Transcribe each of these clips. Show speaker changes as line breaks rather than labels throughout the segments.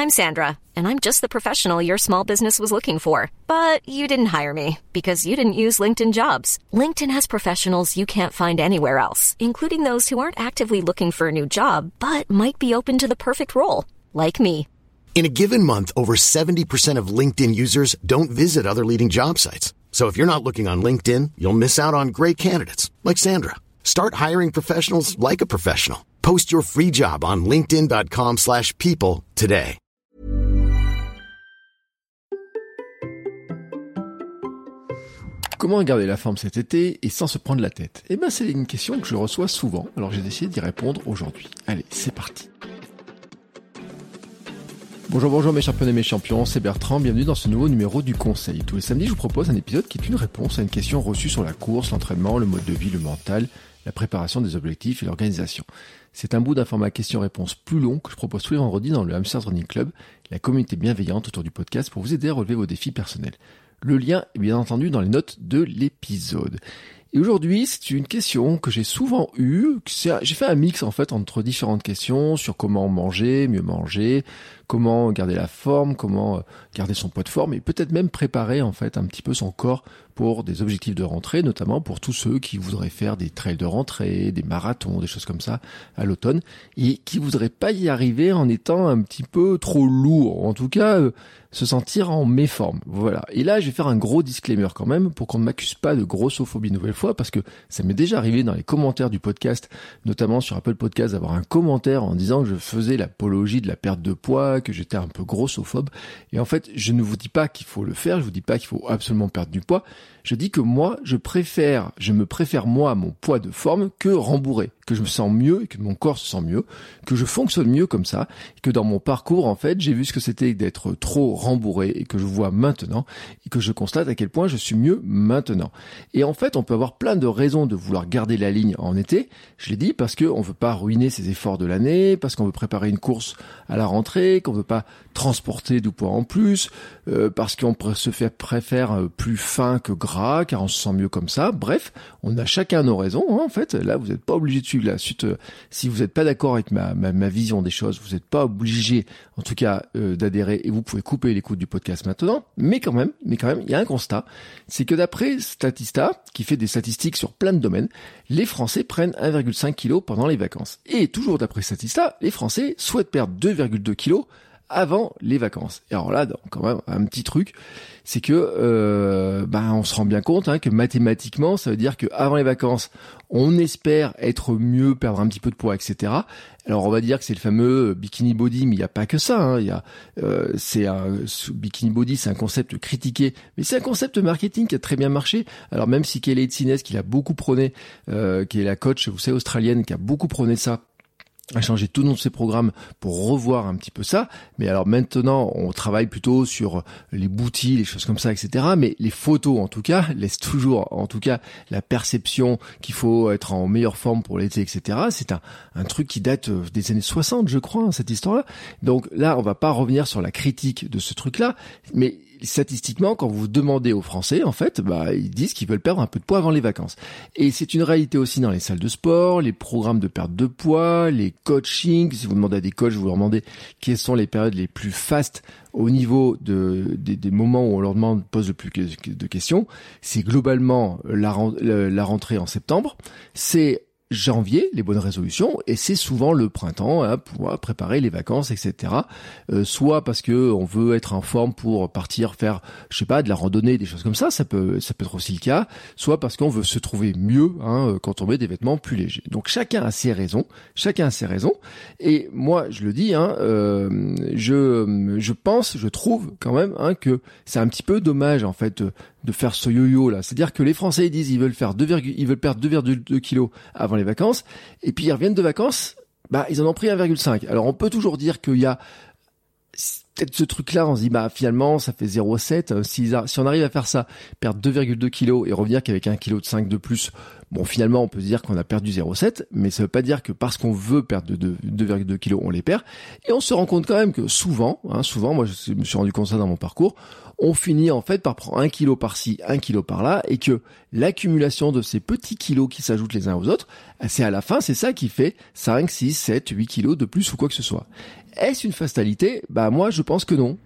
I'm Sandra, and I'm just the professional your small business was looking for. But you didn't hire me because you didn't use LinkedIn Jobs. LinkedIn has professionals you can't find anywhere else, including those who aren't actively looking for a new job, but might be open to the perfect role, like me.
In a given month, over 70% of LinkedIn users don't visit other leading job sites. So if you're not looking on LinkedIn, you'll miss out on great candidates like Sandra. Start hiring professionals like a professional. Post your free job on linkedin.com/people today.
Comment garder la forme cet été et sans se prendre la tête ? Eh ben, c'est une question que je reçois souvent, alors j'ai décidé d'y répondre aujourd'hui. Allez, c'est parti. Bonjour mes champions et mes champions, c'est Bertrand, bienvenue dans ce nouveau numéro du Conseil. Tous les samedis, je vous propose un épisode qui est une réponse à une question reçue sur la course, l'entraînement, le mode de vie, le mental, la préparation des objectifs et l'organisation. C'est un bout d'un format question-réponse plus long que je propose tous les vendredis dans le Hamsters Running Club, la communauté bienveillante autour du podcast pour vous aider à relever vos défis personnels. Le lien est bien entendu dans les notes de l'épisode. Et aujourd'hui, c'est une question que j'ai souvent eue. J'ai fait un mix en fait entre différentes questions sur comment manger, mieux manger, comment garder la forme, comment garder son poids de forme et peut-être même préparer en fait un petit peu son corps pour des objectifs de rentrée, notamment pour tous ceux qui voudraient faire des trails de rentrée, des marathons, des choses comme ça à l'automne et qui voudraient pas y arriver en étant un petit peu trop lourd, en tout cas se sentir en méforme. Voilà. Et là, je vais faire un gros disclaimer quand même pour qu'on ne m'accuse pas de grossophobie une nouvelle fois parce que ça m'est déjà arrivé dans les commentaires du podcast, notamment sur Apple Podcast, d'avoir un commentaire en disant que je faisais l'apologie de la perte de poids, que j'étais un peu grossophobe. Et en fait, je ne vous dis pas qu'il faut le faire, je vous dis pas qu'il faut absolument perdre du poids. Je dis que moi, je me préfère moi mon poids de forme que rembourré, que je me sens mieux et que mon corps se sent mieux, que je fonctionne mieux comme ça, et que dans mon parcours, en fait, j'ai vu ce que c'était d'être trop rembourré et que je vois maintenant et que je constate à quel point je suis mieux maintenant. Et en fait, on peut avoir plein de raisons de vouloir garder la ligne en été. Je l'ai dit parce que on veut pas ruiner ses efforts de l'année, parce qu'on veut préparer une course à la rentrée, qu'on veut pas transporter du poids en plus, parce qu'on préfère plus fin que gras, car on se sent mieux comme ça. Bref, on a chacun nos raisons, hein, en fait. Là, vous n'êtes pas obligé de suivre la suite. Si vous n'êtes pas d'accord avec ma vision des choses, vous n'êtes pas obligé, en tout cas, d'adhérer et vous pouvez couper l'écoute du podcast maintenant. Mais quand même, il y a un constat. C'est que d'après Statista, qui fait des statistiques sur plein de domaines, les Français prennent 1,5 kg pendant les vacances. Et toujours d'après Statista, les Français souhaitent perdre 2,2 kg avant les vacances. Et alors là, quand même, un petit truc, c'est que on se rend bien compte que mathématiquement, ça veut dire que avant les vacances, on espère être mieux, perdre un petit peu de poids, etc. Alors on va dire que c'est le fameux bikini body, mais il n'y a pas que ça. Bikini body, c'est un concept critiqué, mais c'est un concept marketing qui a très bien marché. Alors même si Kelly Tsines, qui l'a beaucoup prôné, qui est la coach, vous savez, australienne, qui a beaucoup prôné ça, a changé tout le nom de ses programmes pour revoir un petit peu ça. Mais alors maintenant, on travaille plutôt sur les booties, les choses comme ça, etc. Mais les photos, en tout cas, laissent toujours, en tout cas, la perception qu'il faut être en meilleure forme pour l'été, etc. C'est un truc qui date des années 60, je crois, cette histoire-là. Donc là, on va pas revenir sur la critique de ce truc-là, mais statistiquement, quand vous demandez aux Français, en fait, ils disent qu'ils veulent perdre un peu de poids avant les vacances. Et c'est une réalité aussi dans les salles de sport, les programmes de perte de poids, les coachings. Si vous demandez à des coachs, vous leur demandez quelles sont les périodes les plus fastes au niveau des moments où on leur pose le plus de questions. C'est globalement la rentrée en septembre. C'est janvier, les bonnes résolutions, et c'est souvent le printemps pour préparer les vacances, etc. Soit parce que on veut être en forme pour partir faire, je sais pas, de la randonnée, des choses comme ça peut être aussi le cas. Soit parce qu'on veut se trouver mieux quand on met des vêtements plus légers. Donc chacun a ses raisons. Et moi, je le dis, je trouve quand même que c'est un petit peu dommage en fait de faire ce yo-yo là. C'est-à-dire que les Français ils disent ils veulent perdre 2,2 kilos avant les vacances, et puis ils reviennent de vacances, ils en ont pris 1,5. Alors on peut toujours dire qu'il y a peut-être ce truc-là, on se dit, finalement, ça fait 0,7. Si on arrive à faire ça, perdre 2,2 kilos et revenir qu'avec 1,5 kg de plus, bon, finalement, on peut se dire qu'on a perdu 0,7, mais ça veut pas dire que parce qu'on veut perdre 2,2 kilos, on les perd. Et on se rend compte quand même que souvent, moi, je me suis rendu compte ça dans mon parcours, on finit en fait par prendre 1 kilo par-ci, 1 kilo par-là, et que l'accumulation de ces petits kilos qui s'ajoutent les uns aux autres, c'est à la fin, c'est ça qui fait 5, 6, 7, 8 kilos de plus ou quoi que ce soit. Est-ce une fatalité ? Moi, je pense que non.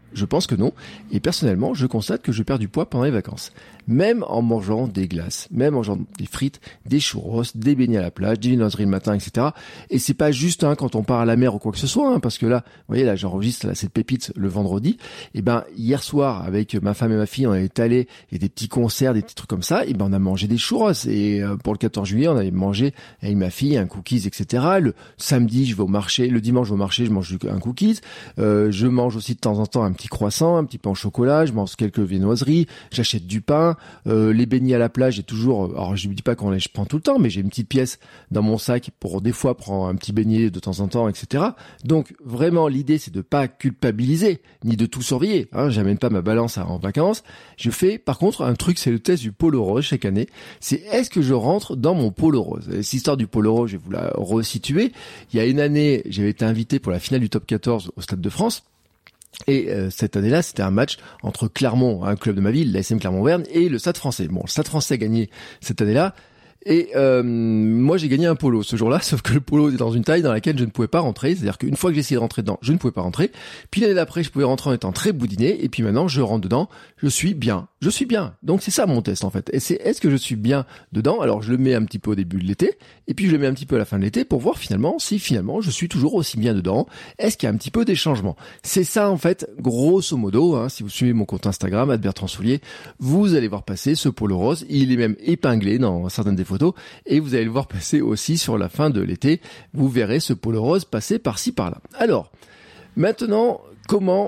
Et personnellement, je constate que je perds du poids pendant les vacances. Même en mangeant des glaces, même en mangeant des frites, des churros, des beignets à la plage, des viennoiseries le matin, etc. Et c'est pas juste quand on part à la mer ou quoi que ce soit, parce que là, vous voyez, là, j'enregistre cette pépite le vendredi. Et hier soir, avec ma femme et ma fille, on est allés, il y a des petits concerts, des petits trucs comme ça, et on a mangé des churros. Et pour le 14 juillet, on avait mangé avec ma fille un cookies, etc. Le samedi, je vais au marché, le dimanche, je vais au marché, je mange un cookies. Je mange aussi de temps en temps un petit croissant, un petit pain au chocolat, je mange quelques viennoiseries, j'achète du pain, les beignets à la plage, j'ai toujours, alors je ne dis pas je prends tout le temps, mais j'ai une petite pièce dans mon sac pour des fois prendre un petit beignet de temps en temps, etc. Donc vraiment l'idée c'est de pas culpabiliser, ni de tout surveiller, j'amène pas ma balance en vacances, je fais par contre un truc, c'est le test du polo rose chaque année, c'est est-ce que je rentre dans mon polo rose. Et cette histoire du polo rose, je vais vous la resituer, il y a une année, j'avais été invité pour la finale du top 14 au Stade de France. Et cette année-là, c'était un match entre Clermont, un club de ma ville, l'ASM Clermont-Auvergne, et le Stade Français. Bon, le Stade Français a gagné cette année-là. Et moi j'ai gagné un polo ce jour-là, sauf que le polo était dans une taille dans laquelle je ne pouvais pas rentrer, c'est-à-dire qu'une fois que j'essayais de rentrer dedans, je ne pouvais pas rentrer. Puis l'année d'après, je pouvais rentrer en étant très boudiné, et puis maintenant je rentre dedans, je suis bien. Donc c'est ça mon test en fait. Et c'est est-ce que je suis bien dedans ? Alors je le mets un petit peu au début de l'été, et puis je le mets un petit peu à la fin de l'été pour voir si finalement je suis toujours aussi bien dedans. Est-ce qu'il y a un petit peu des changements ? C'est ça en fait, grosso modo. Si vous suivez mon compte Instagram @BertrandSoulier, vous allez voir passer ce polo rose. Il est même épinglé dans certaines des photos, et vous allez le voir passer aussi sur la fin de l'été. Vous verrez ce polo rose passer par-ci par-là. Alors maintenant, comment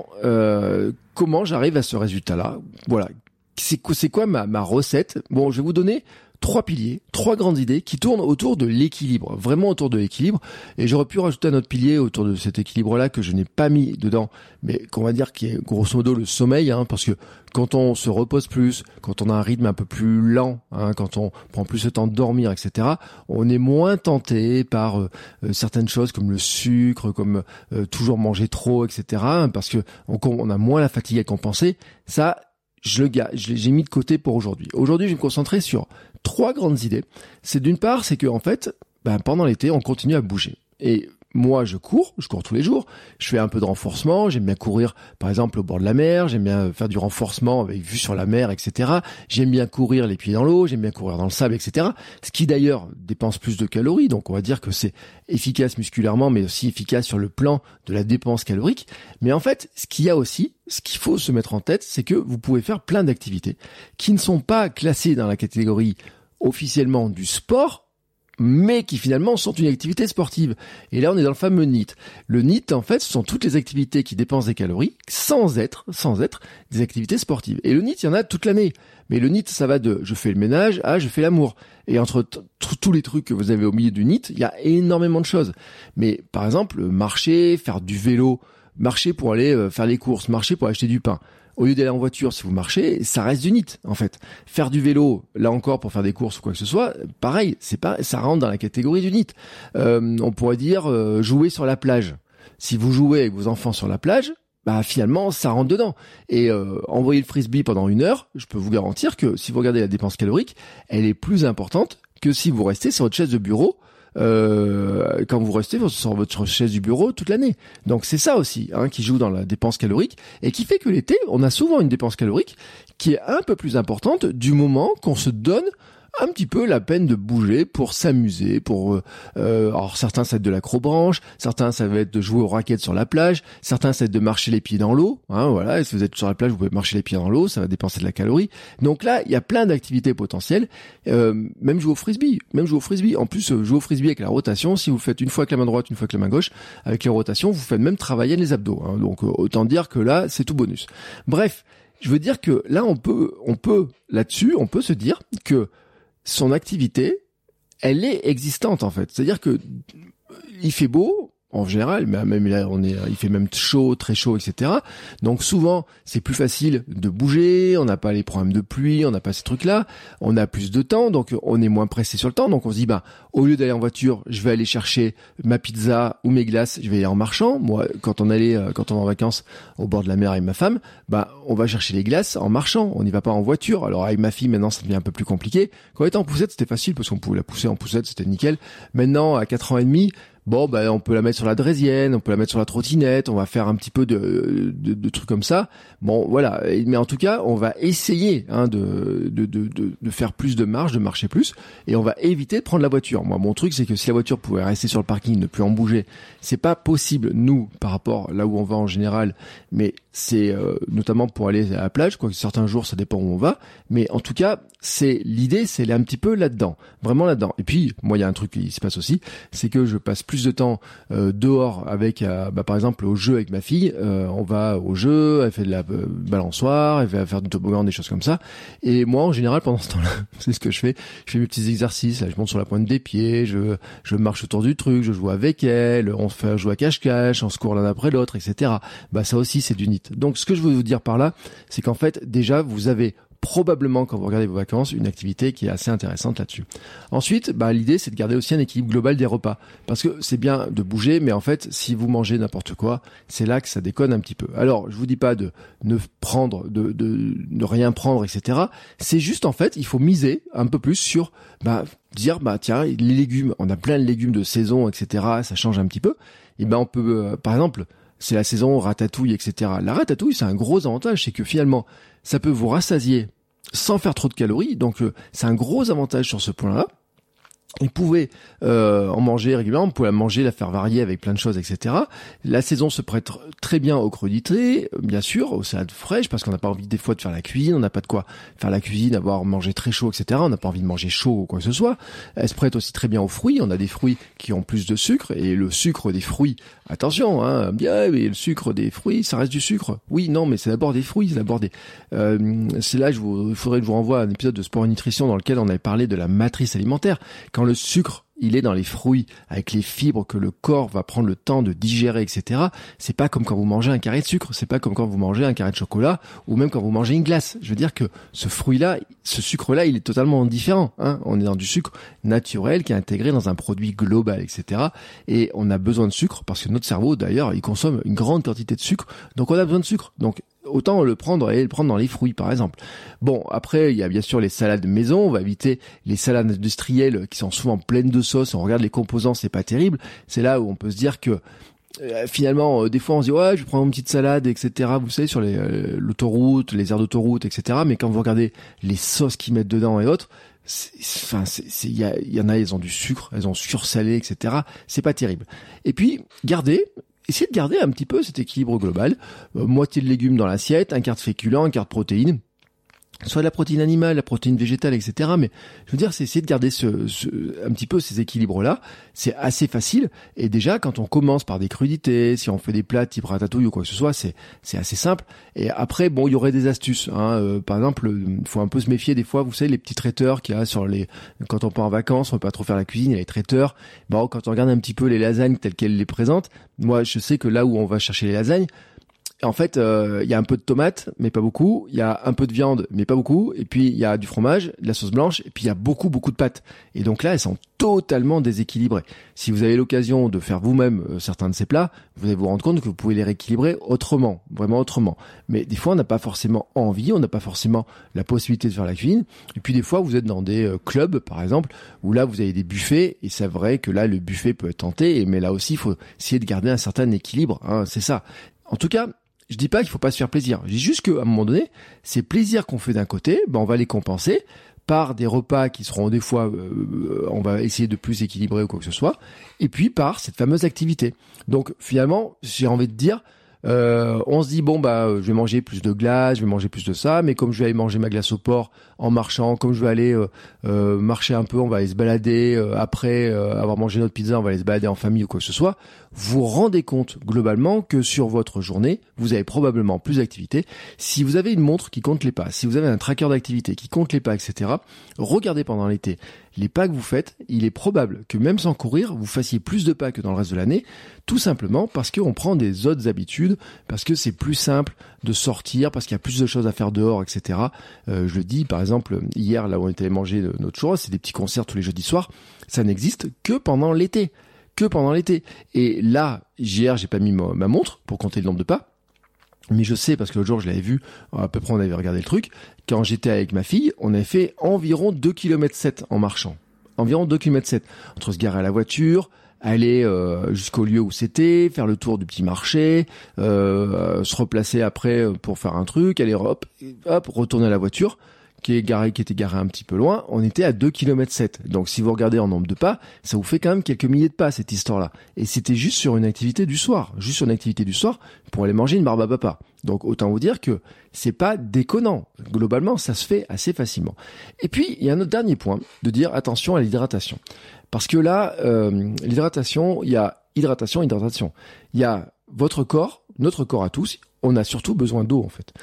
j'arrive à ce résultat-là ? Voilà. C'est quoi ma recette ? Bon, je vais vous donner 3 piliers, 3 grandes idées qui tournent autour de l'équilibre, vraiment autour de l'équilibre. Et j'aurais pu rajouter un autre pilier autour de cet équilibre-là que je n'ai pas mis dedans, mais qu'on va dire qui est grosso modo le sommeil, parce que quand on se repose plus, quand on a un rythme un peu plus lent, quand on prend plus le temps de dormir, etc., on est moins tenté par certaines choses comme le sucre, comme toujours manger trop, etc., parce que on a moins la fatigue à compenser. Ça, j'ai mis de côté pour aujourd'hui. Aujourd'hui, je vais me concentrer sur 3 grandes idées. C'est d'une part, c'est que en fait, pendant l'été, on continue à bouger. Et moi, je cours tous les jours. Je fais un peu de renforcement. J'aime bien courir, par exemple, au bord de la mer. J'aime bien faire du renforcement avec vue sur la mer, etc. J'aime bien courir les pieds dans l'eau. J'aime bien courir dans le sable, etc. Ce qui d'ailleurs dépense plus de calories. Donc, on va dire que c'est efficace musculairement, mais aussi efficace sur le plan de la dépense calorique. Mais en fait, ce qu'il faut se mettre en tête, c'est que vous pouvez faire plein d'activités qui ne sont pas classées dans la catégorie officiellement du sport, mais qui finalement sont une activité sportive. Et là, on est dans le fameux NEAT. Le NEAT, en fait, ce sont toutes les activités qui dépensent des calories sans être des activités sportives. Et le NEAT, il y en a toute l'année. Mais le NEAT, ça va de je fais le ménage à je fais l'amour. Et entre tous les trucs que vous avez au milieu du NEAT, il y a énormément de choses. Mais par exemple, marcher, faire du vélo, marcher pour aller faire les courses, marcher pour acheter du pain. Au lieu d'aller en voiture, si vous marchez, ça reste du NEAT, en fait. Faire du vélo, là encore, pour faire des courses ou quoi que ce soit, pareil, ça rentre dans la catégorie du NEAT. On pourrait dire jouer sur la plage. Si vous jouez avec vos enfants sur la plage, finalement, ça rentre dedans. Et envoyer le frisbee pendant 1 heure, je peux vous garantir que si vous regardez la dépense calorique, elle est plus importante que si vous restez sur votre chaise de bureau quand vous restez sur votre chaise du bureau toute l'année. Donc c'est ça aussi qui joue dans la dépense calorique et qui fait que l'été, on a souvent une dépense calorique qui est un peu plus importante du moment qu'on se donne un petit peu la peine de bouger pour s'amuser, alors certains ça va être de l'acrobranche, certains ça va être de jouer aux raquettes sur la plage, certains ça va être de marcher les pieds dans l'eau, voilà, et si vous êtes sur la plage, vous pouvez marcher les pieds dans l'eau, ça va dépenser de la calorie. Donc là, il y a plein d'activités potentielles, même jouer au frisbee. En plus, jouer au frisbee avec la rotation, si vous faites une fois avec la main droite, une fois avec la main gauche, avec la rotation, vous faites même travailler les abdos, donc autant dire que là, c'est tout bonus. Bref, je veux dire que là, on peut là-dessus, on peut se dire que son activité, elle est existante en fait. C'est-à-dire que il fait beau, en général, mais même là, il fait même chaud, très chaud, etc. Donc souvent, c'est plus facile de bouger, on n'a pas les problèmes de pluie, on n'a pas ces trucs-là, on a plus de temps, donc on est moins pressé sur le temps. Donc on se dit, au lieu d'aller en voiture, je vais aller chercher ma pizza ou mes glaces, je vais aller en marchant. Moi, quand on va en vacances au bord de la mer avec ma femme, on va chercher les glaces en marchant, on n'y va pas en voiture. Alors avec ma fille, maintenant, ça devient un peu plus compliqué. Quand on était en poussette, c'était facile parce qu'on pouvait la pousser en poussette, c'était nickel. Maintenant, à 4 ans et demi, on peut la mettre sur la draisienne, on peut la mettre sur la trottinette, on va faire un petit peu de trucs comme ça. Bon, voilà. Mais en tout cas, on va essayer de faire plus de marche, de marcher plus, et on va éviter de prendre la voiture. Moi, mon truc, c'est que si la voiture pouvait rester sur le parking, ne plus en bouger, c'est pas possible, nous, par rapport là où on va en général, mais notamment pour aller à la plage, quoique certains jours, ça dépend où on va. Mais en tout cas, l'idée, c'est aller un petit peu là-dedans, vraiment là-dedans. Et puis, moi, il y a un truc qui se passe aussi, c'est que je passe plus de temps dehors avec, par exemple, au jeu avec ma fille. On va au jeu, elle fait de la balançoire, elle va faire du toboggan, des choses comme ça. Et moi, en général, pendant ce temps-là, c'est ce que je fais. Je fais mes petits exercices. Là, je monte sur la pointe des pieds, je marche autour du truc, je joue avec elle, on fait jouer à cache-cache, on se court l'un après l'autre, etc. Ça aussi, c'est du NEAT. Donc, ce que je veux vous dire par là, c'est qu'en fait, déjà, vous avez probablement, quand vous regardez vos vacances, une activité qui est assez intéressante là-dessus. Ensuite, l'idée, c'est de garder aussi un équilibre global des repas. Parce que c'est bien de bouger, mais en fait, si vous mangez n'importe quoi, c'est là que ça déconne un petit peu. Alors, je vous dis pas de ne rien prendre, etc. C'est juste, en fait, il faut miser un peu plus sur, dire, tiens, les légumes, on a plein de légumes de saison, etc. Ça change un petit peu. Et on peut, par exemple, c'est la saison ratatouille, etc. La ratatouille, c'est un gros avantage, c'est que finalement, ça peut vous rassasier sans faire trop de calories, donc c'est un gros avantage sur ce point-là. Vous pouvez en manger régulièrement, vous pouvez la faire varier avec plein de choses, etc. La saison se prête très bien aux crudités, bien sûr, aux salades fraîches, parce qu'on n'a pas envie des fois de faire la cuisine, on n'a pas de quoi faire la cuisine, avoir mangé très chaud, etc. On n'a pas envie de manger chaud ou quoi que ce soit. Elle se prête aussi très bien aux fruits, on a des fruits qui ont plus de sucre, et le sucre des fruits, attention, mais le sucre des fruits, ça reste du sucre. Oui, non, mais c'est d'abord des fruits, c'est d'abord des... c'est là, il faudrait que je vous renvoie à un épisode de Sport et Nutrition dans lequel on avait parlé de la matrice alimentaire. Quand le sucre, il est dans les fruits, avec les fibres que le corps va prendre le temps de digérer, etc. C'est pas comme quand vous mangez un carré de sucre, c'est pas comme quand vous mangez un carré de chocolat, ou même quand vous mangez une glace. Je veux dire que ce fruit-là, ce sucre-là, il est totalement différent. On est dans du sucre naturel qui est intégré dans un produit global, etc. Et on a besoin de sucre parce que notre cerveau, d'ailleurs, il consomme une grande quantité de sucre, donc on a besoin de sucre. Donc autant le prendre dans les fruits, par exemple. Bon, après, il y a bien sûr les salades maison. On va éviter les salades industrielles qui sont souvent pleines de sauce. On regarde les composants, c'est pas terrible. C'est là où on peut se dire que finalement, des fois, on se dit je vais prendre une petite salade, etc. Vous savez, sur l'autoroute, les aires d'autoroute, etc. Mais quand vous regardez les sauces qu'ils mettent dedans et autres, il y en a, elles ont du sucre, elles ont sursalé, etc. C'est pas terrible. Et puis, essayez de garder un petit peu cet équilibre global. Moitié de légumes dans l'assiette, un quart de féculents, un quart de protéines. Soit la protéine animale, la protéine végétale, etc. Mais je veux dire, c'est essayer de garder un petit peu ces équilibres-là. C'est assez facile. Et déjà, quand on commence par des crudités, si on fait des plats type ratatouille ou quoi que ce soit, c'est assez simple. Et après, il y aurait des astuces. Par exemple, il faut un peu se méfier des fois. Vous savez, les petits traiteurs qu'il y a quand on part en vacances, on peut pas trop faire la cuisine. Il y a les traiteurs. Quand on regarde un petit peu les lasagnes telles qu'elles les présentent, moi, je sais que là où on va chercher les lasagnes, en fait, il y a un peu de tomate, mais pas beaucoup. Il y a un peu de viande, mais pas beaucoup. Et puis, il y a du fromage, de la sauce blanche. Et puis, il y a beaucoup de pâtes. Et donc là, elles sont totalement déséquilibrées. Si vous avez l'occasion de faire vous-même certains de ces plats, vous allez vous rendre compte que vous pouvez les rééquilibrer autrement, vraiment autrement. Mais des fois, on n'a pas forcément envie, on n'a pas forcément la possibilité de faire la cuisine. Et puis, des fois, vous êtes dans des clubs, par exemple, où là, vous avez des buffets. Et c'est vrai que là, le buffet peut être tenté. Mais là aussi, il faut essayer de garder un certain équilibre. C'est ça. En tout cas, je dis pas qu'il faut pas se faire plaisir. Je dis juste qu'à un moment donné, ces plaisirs qu'on fait d'un côté, on va les compenser par des repas qui seront des fois, on va essayer de plus équilibrer ou quoi que ce soit, et puis par cette fameuse activité. Donc finalement, j'ai envie de dire, on se dit je vais manger plus de glace, je vais manger plus de ça, mais comme je vais aller manger ma glace au port en marchant, comme je vais aller marcher un peu, on va aller se balader après avoir mangé notre pizza, on va aller se balader en famille ou quoi que ce soit. Vous rendez compte globalement que sur votre journée, vous avez probablement plus d'activités. Si vous avez une montre qui compte les pas, si vous avez un tracker d'activité qui compte les pas, etc., regardez pendant l'été les pas que vous faites, il est probable que même sans courir, vous fassiez plus de pas que dans le reste de l'année, tout simplement parce qu'on prend des autres habitudes, parce que c'est plus simple de sortir, parce qu'il y a plus de choses à faire dehors, etc. Je le dis, par exemple, hier, là où on était allé manger notre churros, c'est des petits concerts tous les jeudis soirs, ça n'existe que pendant l'été. Et là, hier, j'ai pas mis ma montre pour compter le nombre de pas, mais je sais, parce que l'autre jour, je l'avais vu, à peu près on avait regardé le truc, quand j'étais avec ma fille, on avait fait environ 2,7 km en marchant. Environ 2,7 km. Entre se garer à la voiture, aller jusqu'au lieu où c'était, faire le tour du petit marché, se replacer après pour faire un truc, aller hop, retourner à la voiture, qui était garé un petit peu loin, on était à 2,7 km. Donc si vous regardez en nombre de pas, ça vous fait quand même quelques milliers de pas, cette histoire-là. Et c'était juste sur une activité du soir. Pour aller manger une barbe à papa. Donc autant vous dire que c'est pas déconnant. Globalement, ça se fait assez facilement. Et puis, il y a un autre dernier point, de dire attention à l'hydratation. Parce que là, l'hydratation, il y a hydratation. Il y a votre corps, notre corps à tous, on a surtout besoin d'eau en fait.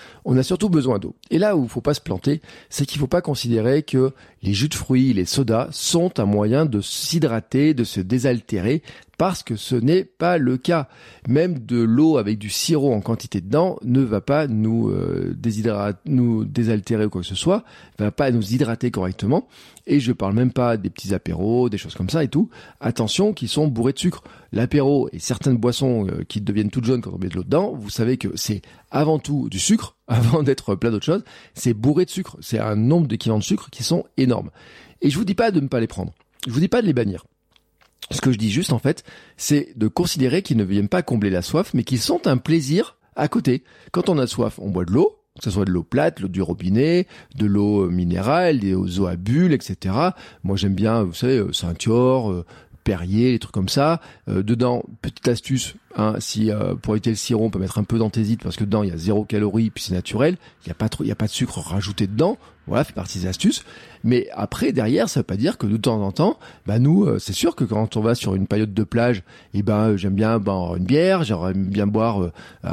Et là où il faut pas se planter, c'est qu'il faut pas considérer que les jus de fruits, les sodas sont un moyen de s'hydrater, de se désaltérer, parce que ce n'est pas le cas. Même de l'eau avec du sirop en quantité dedans ne va pas nous désaltérer ou quoi que ce soit, va pas nous hydrater correctement. Et je parle même pas des petits apéros, des choses comme ça et tout. Attention, qui sont bourrés de sucre. L'apéro et certaines boissons qui deviennent toutes jaunes quand on met de l'eau dedans, vous savez que c'est avant tout du sucre, avant d'être plein d'autres choses. C'est bourré de sucre. C'est un nombre d'équivalents de sucre qui sont énormes. Et je vous dis pas de ne pas les prendre. Je vous dis pas de les bannir. Ce que je dis juste, en fait, c'est de considérer qu'ils ne viennent pas combler la soif, mais qu'ils sont un plaisir à côté. Quand on a soif, on boit de l'eau, que ce soit de l'eau plate, l'eau du robinet, de l'eau minérale, des eaux à bulles, etc. Moi, j'aime bien, vous savez, Saint-Thior, Perrier, les trucs comme ça. Dedans, petite astuce, si pour éviter le sirop, on peut mettre un peu d'anthésite parce que dedans il y a 0 calories, puis c'est naturel. Il y a pas de sucre rajouté dedans. Voilà, fait partie des astuces. Mais après, derrière, ça veut pas dire que de temps en temps, nous, c'est sûr que quand on va sur une période de plage, j'aime bien boire une bière, j'aimerais bien boire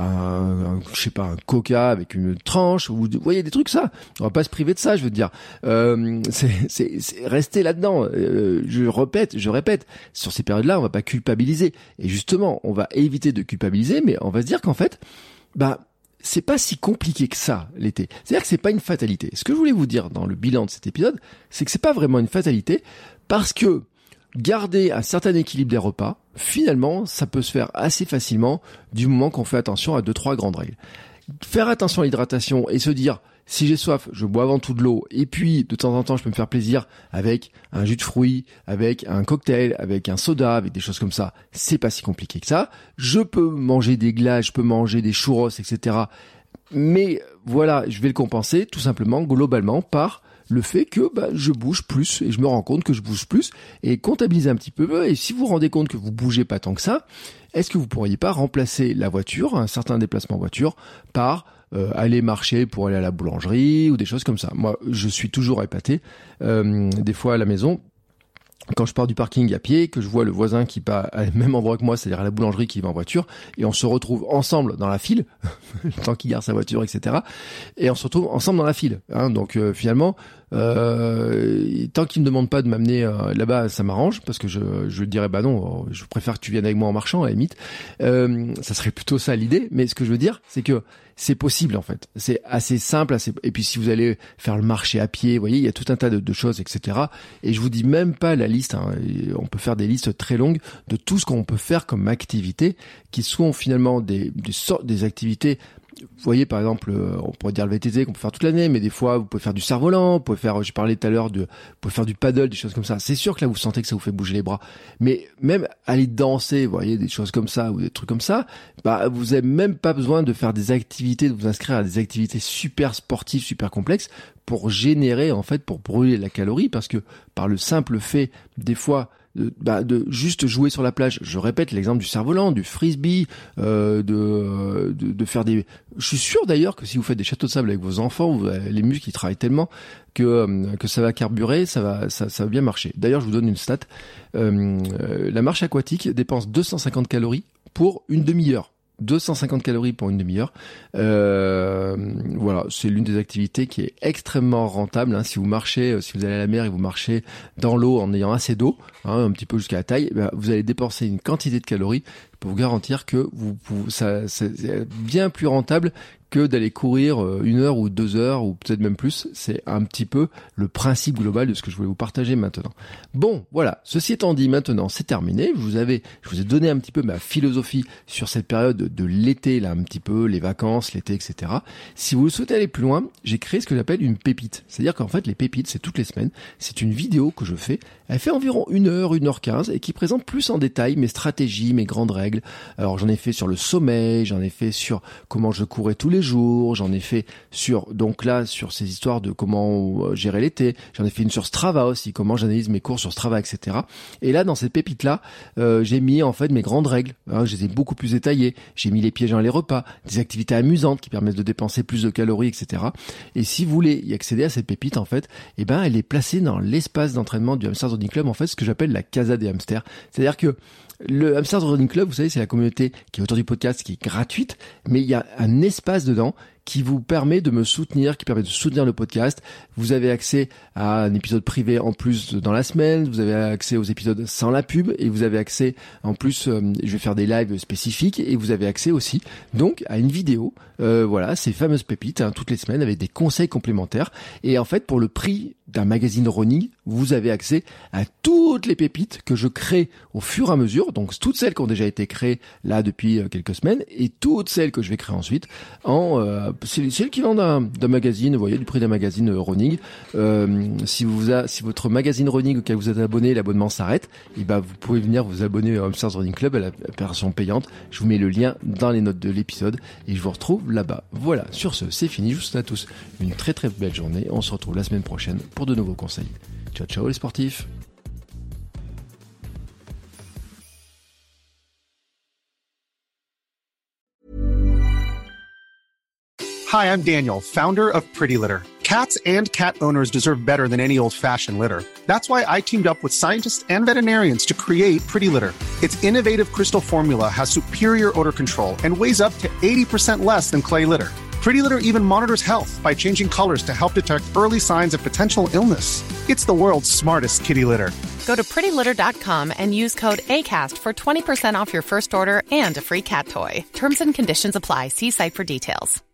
un coca avec une tranche, ou vous voyez des trucs ça. On va pas se priver de ça, je veux dire. C'est rester là-dedans. Je répète, sur ces périodes-là, on va pas culpabiliser. Et justement, on va éviter de culpabiliser, mais on va se dire qu'en fait, c'est pas si compliqué que ça, l'été. C'est-à-dire que c'est pas une fatalité. Ce que je voulais vous dire dans le bilan de cet épisode, c'est que c'est pas vraiment une fatalité, parce que garder un certain équilibre des repas, finalement, ça peut se faire assez facilement du moment qu'on fait attention à 2-3 grandes règles. Faire attention à l'hydratation et se dire, si j'ai soif, je bois avant tout de l'eau, et puis de temps en temps je peux me faire plaisir avec un jus de fruits, avec un cocktail, avec un soda, avec des choses comme ça, c'est pas si compliqué que ça. Je peux manger des glaces, je peux manger des churros, etc. Mais voilà, je vais le compenser tout simplement, globalement, par le fait que je bouge plus, et je me rends compte que je bouge plus, et comptabiliser un petit peu, et si vous vous rendez compte que vous bougez pas tant que ça, est-ce que vous pourriez pas remplacer la voiture, un certain déplacement voiture, par aller marcher pour aller à la boulangerie ou des choses comme ça. Moi, je suis toujours épaté. Des fois à la maison, quand je pars du parking à pied, que je vois le voisin qui part à même endroit que moi, c'est-à-dire à la boulangerie qui va en voiture, et on se retrouve ensemble dans la file, le temps qu'il garde sa voiture, etc. Et on se retrouve ensemble dans la file. Donc finalement, tant qu'il me demande pas de m'amener là-bas, ça m'arrange, parce que je dirais non, je préfère que tu viennes avec moi en marchant à la limite. Ça serait plutôt ça l'idée, mais ce que je veux dire, c'est que c'est possible en fait. C'est assez simple, et puis si vous allez faire le marché à pied, vous voyez, il y a tout un tas de choses, etc. Et je vous dis même pas la liste, on peut faire des listes très longues de tout ce qu'on peut faire comme activité, qui sont finalement des activités. Vous voyez, par exemple, on pourrait dire le VTT qu'on peut faire toute l'année, mais des fois, vous pouvez faire du cerf-volant, vous pouvez faire, j'ai parlé tout à l'heure vous pouvez faire du paddle, des choses comme ça. C'est sûr que là, vous sentez que ça vous fait bouger les bras. Mais même aller danser, vous voyez, des choses comme ça, ou des trucs comme ça, vous avez même pas besoin de faire des activités, de vous inscrire à des activités super sportives, super complexes, pour générer, en fait, pour brûler la calorie, parce que par le simple fait, des fois, de juste jouer sur la plage. Je répète l'exemple du cerf-volant, du frisbee, de faire des. Je suis sûr d'ailleurs que si vous faites des châteaux de sable avec vos enfants, les muscles ils travaillent tellement que ça va carburer, ça va bien marcher. D'ailleurs, je vous donne une stat. La marche aquatique dépense 250 calories pour une demi-heure. 250 calories pour une demi-heure. Voilà, c'est l'une des activités qui est extrêmement rentable. Si vous marchez, si vous allez à la mer et vous marchez dans l'eau en ayant assez d'eau, un petit peu jusqu'à la taille, vous allez dépenser une quantité de calories pour vous garantir que c'est bien plus rentable que d'aller courir 1 heure ou 2 heures ou peut-être même plus. C'est un petit peu le principe global de ce que je voulais vous partager maintenant. Bon, voilà. Ceci étant dit, maintenant, c'est terminé. Je vous ai donné un petit peu ma philosophie sur cette période de l'été, là, un petit peu, les vacances, l'été, etc. Si vous souhaitez aller plus loin, j'ai créé ce que j'appelle une pépite. C'est-à-dire qu'en fait, les pépites, c'est toutes les semaines. C'est une vidéo que je fais. Elle fait environ 1 heure, 1h15 et qui présente plus en détail mes stratégies, mes grandes règles. Alors, j'en ai fait sur le sommeil, j'en ai fait sur comment je courais tous les jours, j'en ai fait sur ces histoires de comment gérer l'été, j'en ai fait une sur Strava aussi, comment j'analyse mes cours sur Strava, etc. Et là, dans cette pépite-là, j'ai mis en fait mes grandes règles, je les ai beaucoup plus détaillées, j'ai mis les pièges dans les repas, des activités amusantes qui permettent de dépenser plus de calories, etc. Et si vous voulez y accéder à cette pépite, en fait, elle est placée dans l'espace d'entraînement du Hamsters Running Club, en fait, ce que j'appelle la casa des hamsters. C'est-à-dire que le Hamsters Running Club, vous savez, c'est la communauté qui est autour du podcast, qui est gratuite, mais il y a un espace dedans qui vous permet de me soutenir, qui permet de soutenir le podcast. Vous avez accès à un épisode privé en plus dans la semaine, vous avez accès aux épisodes sans la pub, et vous avez accès, en plus, je vais faire des lives spécifiques, et vous avez accès aussi, donc, à une vidéo, ces fameuses pépites, toutes les semaines, avec des conseils complémentaires. Et en fait, pour le prix d'un magazine running, vous avez accès à toutes les pépites que je crée au fur et à mesure, donc toutes celles qui ont déjà été créées là depuis quelques semaines, et toutes celles que je vais créer ensuite c'est l'équivalent d'un magazine, vous voyez, du prix d'un magazine running. Si votre magazine running auquel vous êtes abonné, l'abonnement s'arrête, vous pouvez venir vous abonner au Hamsters Running Club à la version payante. Je vous mets le lien dans les notes de l'épisode et je vous retrouve là-bas. Voilà, sur ce, c'est fini. Je vous souhaite à tous une très très belle journée. On se retrouve la semaine prochaine pour de nouveaux conseils. Ciao ciao les sportifs.
Hi, I'm Daniel, founder of Pretty Litter. Cats and cat owners deserve better than any old-fashioned litter. That's why I teamed up with scientists and veterinarians to create Pretty Litter. Its innovative crystal formula has superior odor control and weighs up to 80% less than clay litter. Pretty Litter even monitors health by changing colors to help detect early signs of potential illness. It's the world's smartest kitty litter.
Go to prettylitter.com and use code ACAST for 20% off your first order and a free cat toy. Terms and conditions apply. See site for details.